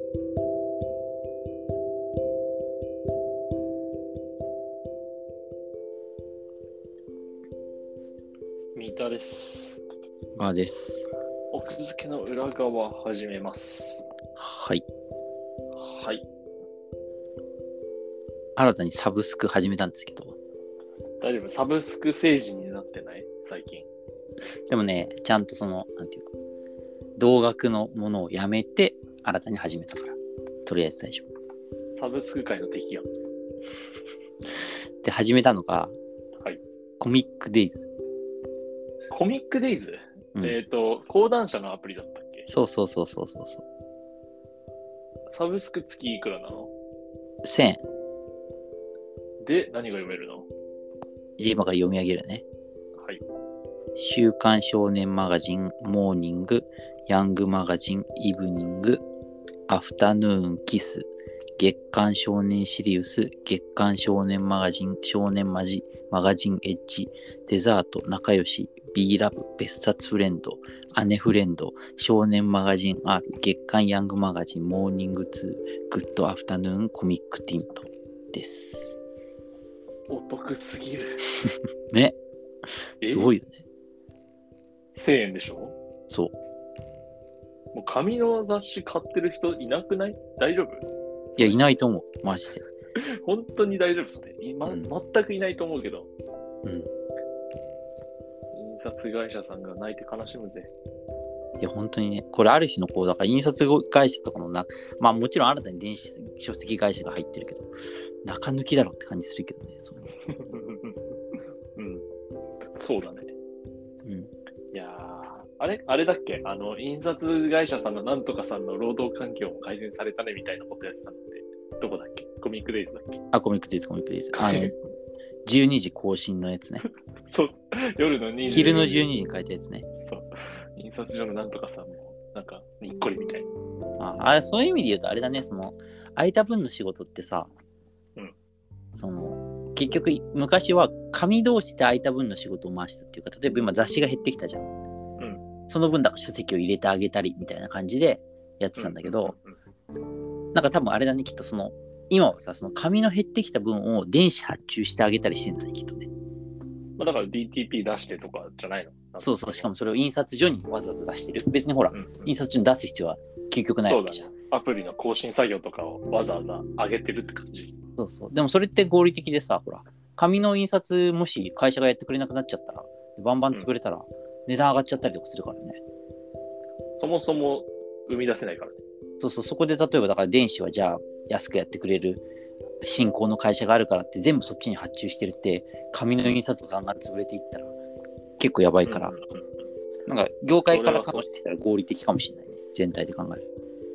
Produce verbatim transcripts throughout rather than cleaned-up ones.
三田です。 あです。 奥付けの裏側始めます。 はい。 はい。 新たにサブスク始めたんですけど。 大丈夫？サブスク政治になってない？最近。 でもね、ちゃんとその、なんていうか、同額のものをやめて、新たに始めたから。とりあえず最初。 サブスク界の敵やん。 で、始めたのが、 はい。 コミックデイズ。 コミックデイズ、 うん、 えっ、ー、と、講談社のアプリだったっけ？ そうそうそうそうそうそう。 サブスク月いくらなの？ せんえん。 で、何が読めるの？ 今から読み上げるね。 はい。 週刊少年マガジン、モーニング、ヤングマガジン、イブニング、アフタヌーンキス、月刊少年シリウス、月刊少年マガジン、少年マジ、マガジンエッジ、デザート、仲良し、B ラブ、別冊フレンド、姉フレンド、少年マガジン R、月刊ヤングマガジン、モーニングツー、グッドアフタヌーンコミックティントです。 お得すぎる。 ね。すごいよね。 せんえんでしょ？ そう。 もう紙の雑誌買ってる人いなくない？大丈夫？ いや、いないと思う。マジで。 本当に大丈夫それ、今、うん、全くいないと思うけど。 うん。印刷会社さんが泣いて悲しむぜ。 いや、本当にね、これある種のこう、だから印刷会社とかのな、まあもちろん新たに電子書籍会社が入ってるけど、中抜きだろって感じするけどね、そうね。 うん。そうだね。 うん。 いやー、あれ、あれだっけ？あの、印刷会社さんのなんとかさんの労働環境も改善されたねみたいなことやってたのって、どこだっけ？コミックデイズだっけ？ あ、コミックデイズ、コミックデイズ。あの、じゅうにじ更新のやつね。 そうそう。夜のにじ。 昼のじゅうにじに書いたやつね。 そう。印刷所のなんとかさんも、なんか、にっこりみたいな。 ああ、そういう意味で言うとあれだね、その、空いた分の仕事ってさ、 うん。 その、結局、昔は紙同士で空いた分の仕事を回したっていうか、例えば今雑誌が減ってきたじゃん。うん。その分だから書籍を入れてあげたりみたいな感じでやってたんだけど、うんうんうん、なんか多分あれだね、きっとその、今はさ、その紙の減ってきた分を電子発注してあげたりしてんだね、きっとね。 まあ、だから ディーティーピー 出してとかじゃないの？ そうそう、しかもそれを印刷所にわざわざ出してる。別にほら、うんうん、印刷所に出す必要は究極ないわけじゃん。 そうだね。アプリの更新作業とかをわざわざ上げてるって感じ。 そうそう。でもそれって合理的でさ、ほら、紙の印刷もし会社がやってくれなくなっちゃったら、バンバン潰れたら値段上がっちゃったりとかするからね。 うん、そもそも生み出せないからね。 そうそう、そこで例えばだから電子はじゃあ安くやってくれる新興の会社があるからって全部そっちに発注してるって、紙の印刷がガンガン潰れていったら結構やばいから、うんうんうん、なんか業界からかもしれない合理的かもしれないね、全体で考える。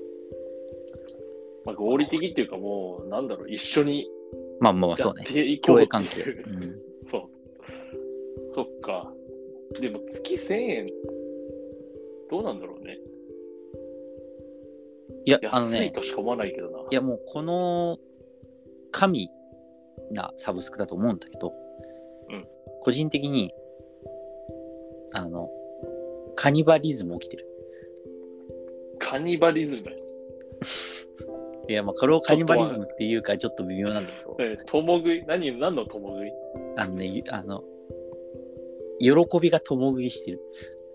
まあ、合理的っていうかもうなんだろう、一緒にまあまあまあそうね、共栄関係、うん、 そうそっか。でも月せんえんどうなんだろうね。 いや、あのね、 安いとしか思わないけどな。 いやもうこの神なサブスクだと思うんだけど、うん、個人的にあのカニバリズム起きてる。 カニバリズムいや、まあこれをカニバリズムっていうかちょっと微妙なんだけど。 え、共食い？何、何の共食い？ あのね、あの、喜びが共食いしてる。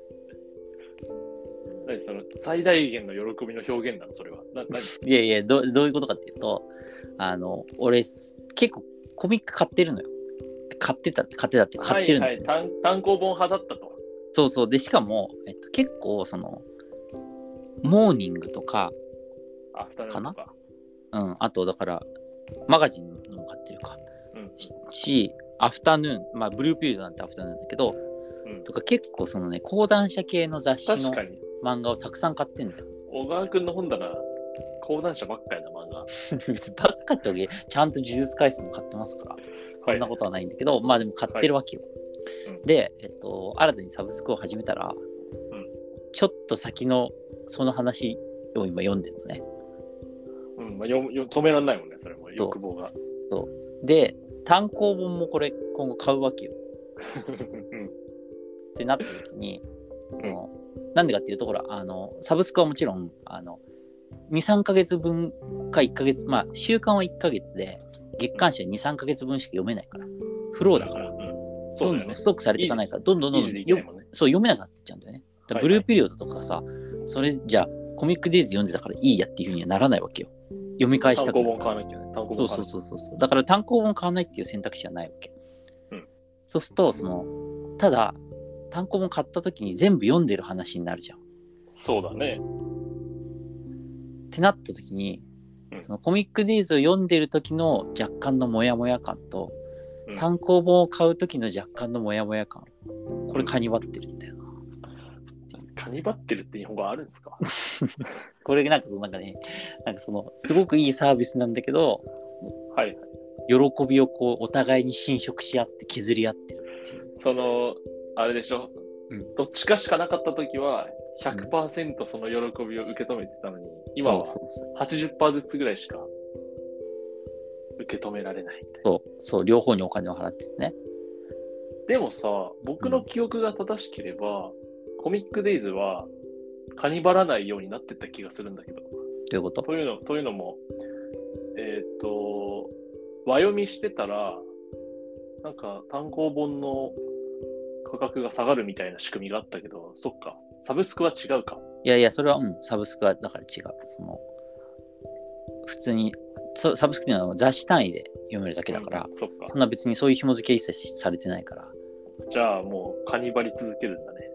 何その最大限の喜びの表現なのそれは？な何いやいやど、どういうことかっていうと、あの、俺、結構コミック買ってるのよ。買ってたって、買ってたって買ってるんだよ、ね。 はいはい、単行本派だったと。 そうそう。で、しかも、えっと、結構、その、モーニングとか、 アフタヌーンとか。 うん、あと、だから、マガジンのも買ってるか。うん、し、アフタヌーン、まあ、ブルーピルドなんてアフタヌーンだけど、うん、とか結構、そのね、講談社系の雑誌の漫画をたくさん買ってんだよ。 小川くんの本棚、講談社ばっかりな漫画。 別にばっかってわけ、ちゃんと呪術廻戦も買ってますから、そんなことはないんだけど、はい、まあでも買ってるわけよ。はい、で、えっと、新たにサブスクを始めたら、うん、ちょっと先のその話を今読んでるのね。 うん、まあ、よよ止めらんないもんね、それも欲望が。 そう。そうで、単行本もこれ今後買うわけよ。うん、ってなった時に、その、うん、なんでかっていうと、ほら、あの、サブスクはもちろん、あの、 に、さんかげつぶんかいっかげつ、まあ週間はいっかげつで、月刊誌はに、さんかげつぶんしか読めないから。フローだから。 うんうんうん、 そうだよね。ストックされていかないから、どんどんどんどん、 ね、 そう読めなくなってっちゃうんだよね。だからブルーピリオドとかさ、はいはい、それじゃあコミックデイズ読んでたからいいやっていうふうにはならないわけよ。読み返したくない。 単行本買わなきゃね。単行本買わなきゃ。 そうそうそうそう。だから単行本買わないっていう選択肢はないわけ。うん。そうすると、その、ただ、単行本買った時に全部読んでる話になるじゃん。 そうだね。 ってなった時に、うん、そのコミックデイズを読んでる時の若干のモヤモヤ感と、うん、単行本を買う時の若干のモヤモヤ感、これカニバってるんだよな。 カニバってるって日本語あるんですか？ これなんかそのなんかね、なんかそのすごくいいサービスなんだけど、 はい、 喜びをこうお互いに侵食し合って削り合ってるっていう。 そのあれでしょ、うん、どっちかしかなかった時は ひゃくパーセント その喜びを受け止めてたのに、うん、今は はちじゅっパーセント ずつぐらいしか受け止められない。 そうそう、両方にお金を払ってね。 でもさ、僕の記憶が正しければ、うん、コミックデイズはカニバらないようになってった気がするんだけど。どういうこと？ というの、というのも、えっと、和読みしてたら、なんか単行本の価格が下がるみたいな仕組みがあったけど、そっか、サブスクは違うか。 いやいや、それは、うん、サブスクはだから違う。その、普通に、サブスクっていうのは雑誌単位で読めるだけだから、うん、そっか、そんな別にそういう紐付け一切されてないから。 じゃあもうカニバり続けるんだね。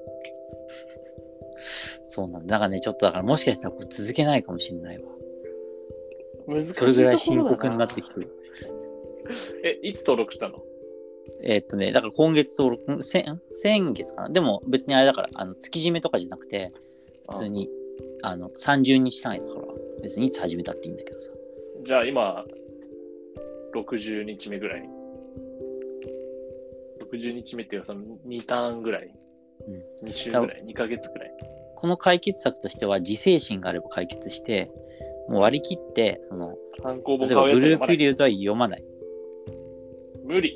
そうなんだ。だからね、ちょっとだからもしかしたらこれ続けないかもしれないわ。 難しいところだな。 それぐらい深刻になってきてる。 え、いつ登録したの？ えー、っとね、だから今月登録、先, 先月かな。でも別にあれだから、あの月締めとかじゃなくて、普通にああのさんじゅうにち単位だから、別にいつ始めたっていいんだけどさ。 じゃあ今、ろくじゅうにちめぐらい。ろくじゅうにちめっていうか、そのにターンぐらい。うん、に週ぐらい、にかげつぐらい。 この解決策としては、自制心があれば解決して、もう割り切って、その、 単行本例えばブルーピリオドは読まない。 無理。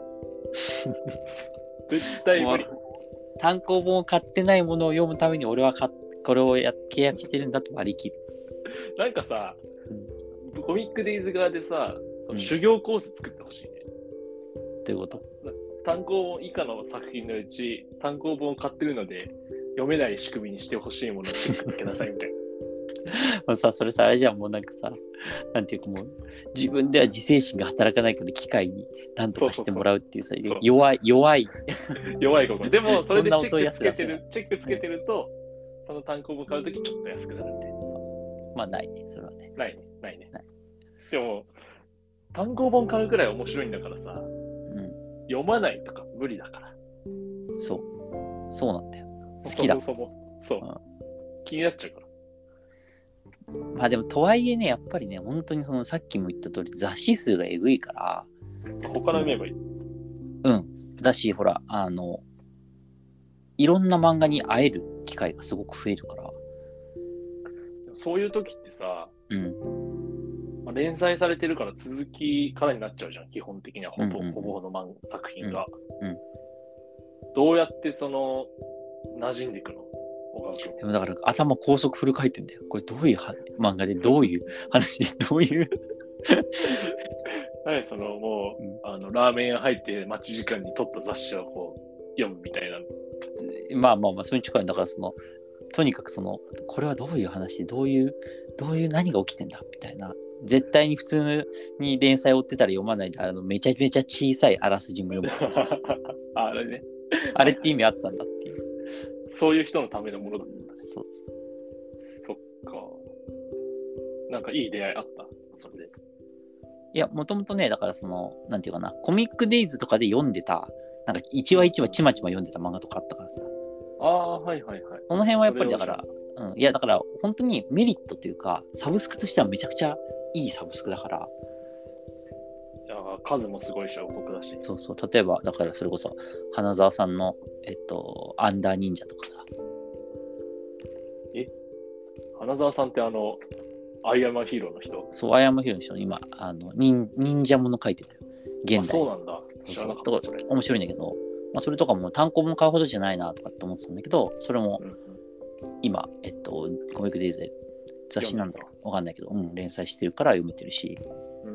絶対無理。 単行本を買ってないものを読むために俺はかこれをや契約してるんだと割り切る。 なんかさ、うん、コミックデイズ側でさ、その修行コース作ってほしいね。 うん、ということ？ 単行本以下の作品のうち単行本を買ってるので読めない仕組みにしてほしいものをチェックつけなさいみたいな。 もうさ、それさ、あれじゃん、もうなんかさ、なんていうかもう、自分では自制心が働かないけど、機械に何とかしてもらうっていうさ、そうそうそう、弱い、弱い。 弱い心。でも、それでチェックつけてる、チェックつけてると、その単行本買うときちょっと安くなるみたいなさ。 まあ、ないね、それはね。 ないね、ないね。ないでも、単行本買うくらい面白いんだからさ、うん、読まないとか無理だから。 そう。そうなんだよ。好きだ。 そもそも、そう、うん。気になっちゃうから。 まあでもとはいえね、やっぱりね、本当にそのさっきも言った通り雑誌数がえぐいから、 他の見ればいい。 うん。だし、ほら、あの、いろんな漫画に会える機会がすごく増えるから。 そういう時ってさ、 うん。 まあ、連載されてるから続きからになっちゃうじゃん、基本的にはほぼ、うんうん、ほぼの漫作品が、うんうん。どうやってその、馴染んでいくの？ でもだから頭高速フル回転だよ。これどういう漫画でどういう話でどういう何そのもう、うん、あのラーメン屋入って待ち時間に撮った雑誌をこう読むみたいな。 まあまあまあそれに近い。だからそのとにかくそのこれはどういう話でどういうどういう何が起きてんだみたいな。絶対に普通に連載を追ってたら読まないで、あのめちゃめちゃ小さいあらすじも読む。 あれね。 あれって意味あったんだっていう。 そういう人のためのものだったんだ。 そうそう。 そっか。なんかいい出会いあった？それで。 いや、もともとね、だからその、なんていうかな、コミックデイズとかで読んでた、なんか一話一話ちまちま読んでた漫画とかあったからさ。 ああ、はいはいはい。 その辺はやっぱりだから、うん、いやだから本当にメリットというか、サブスクとしてはめちゃくちゃいいサブスクだから。 いや、数もすごいし、お得だし。 そうそう、例えば、だからそれこそ、花澤さんの、えっと、アンダー忍者とかさ。 え花澤さんってあの、アイアムヒーローの人？ そう、アイアムヒーローの人、今、あの忍忍者もの書いてるよ。現代。 そうなんだ。知らなかった。それ面白いんだけど、まあ、それとかも単行本買うほどじゃないなとかって思ってたんだけど、それも今、えっと、コミックデイズで雑誌なんだろうわかんないけど、うん、連載してるから読めてるし。 うん。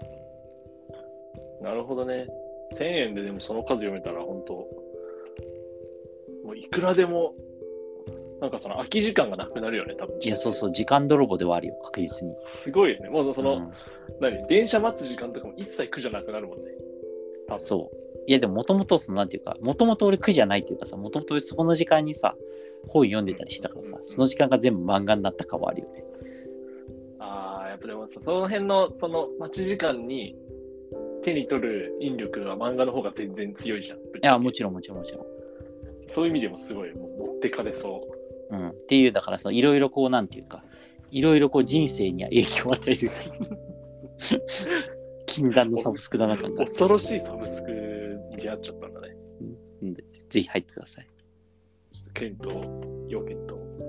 なるほどね。せんえんででもその数読めたら本当もういくらでもなんかその空き時間がなくなるよね、多分。 いや、そうそう、時間泥棒ではあるよ、確実に。 すごいよね。もうその、 うん、 何電車待つ時間とかも一切苦じゃなくなるもんね。多分そう。いや、でももともとその、なんていうか、もともと俺苦じゃないっていうかさ、もともとそこの時間にさ、本読んでたりしたからさ、その時間が全部漫画になった感はあるよね。 ああ、やっぱでもさ、その辺のその待ち時間に手に取る引力は漫画の方が全然強いじゃん。いや、もちろんもちろんもちろん。 そういう意味でもすごい、もう持ってかれそう。 うん。っていう、だからさ、いろいろこう、なんていうか、いろいろこう人生には影響を与える。禁断のサブスクだな感が。 恐ろしいサブスクに出会っちゃったんだね。 うん、でぜひ入ってください。 ちょっとケント、要検討。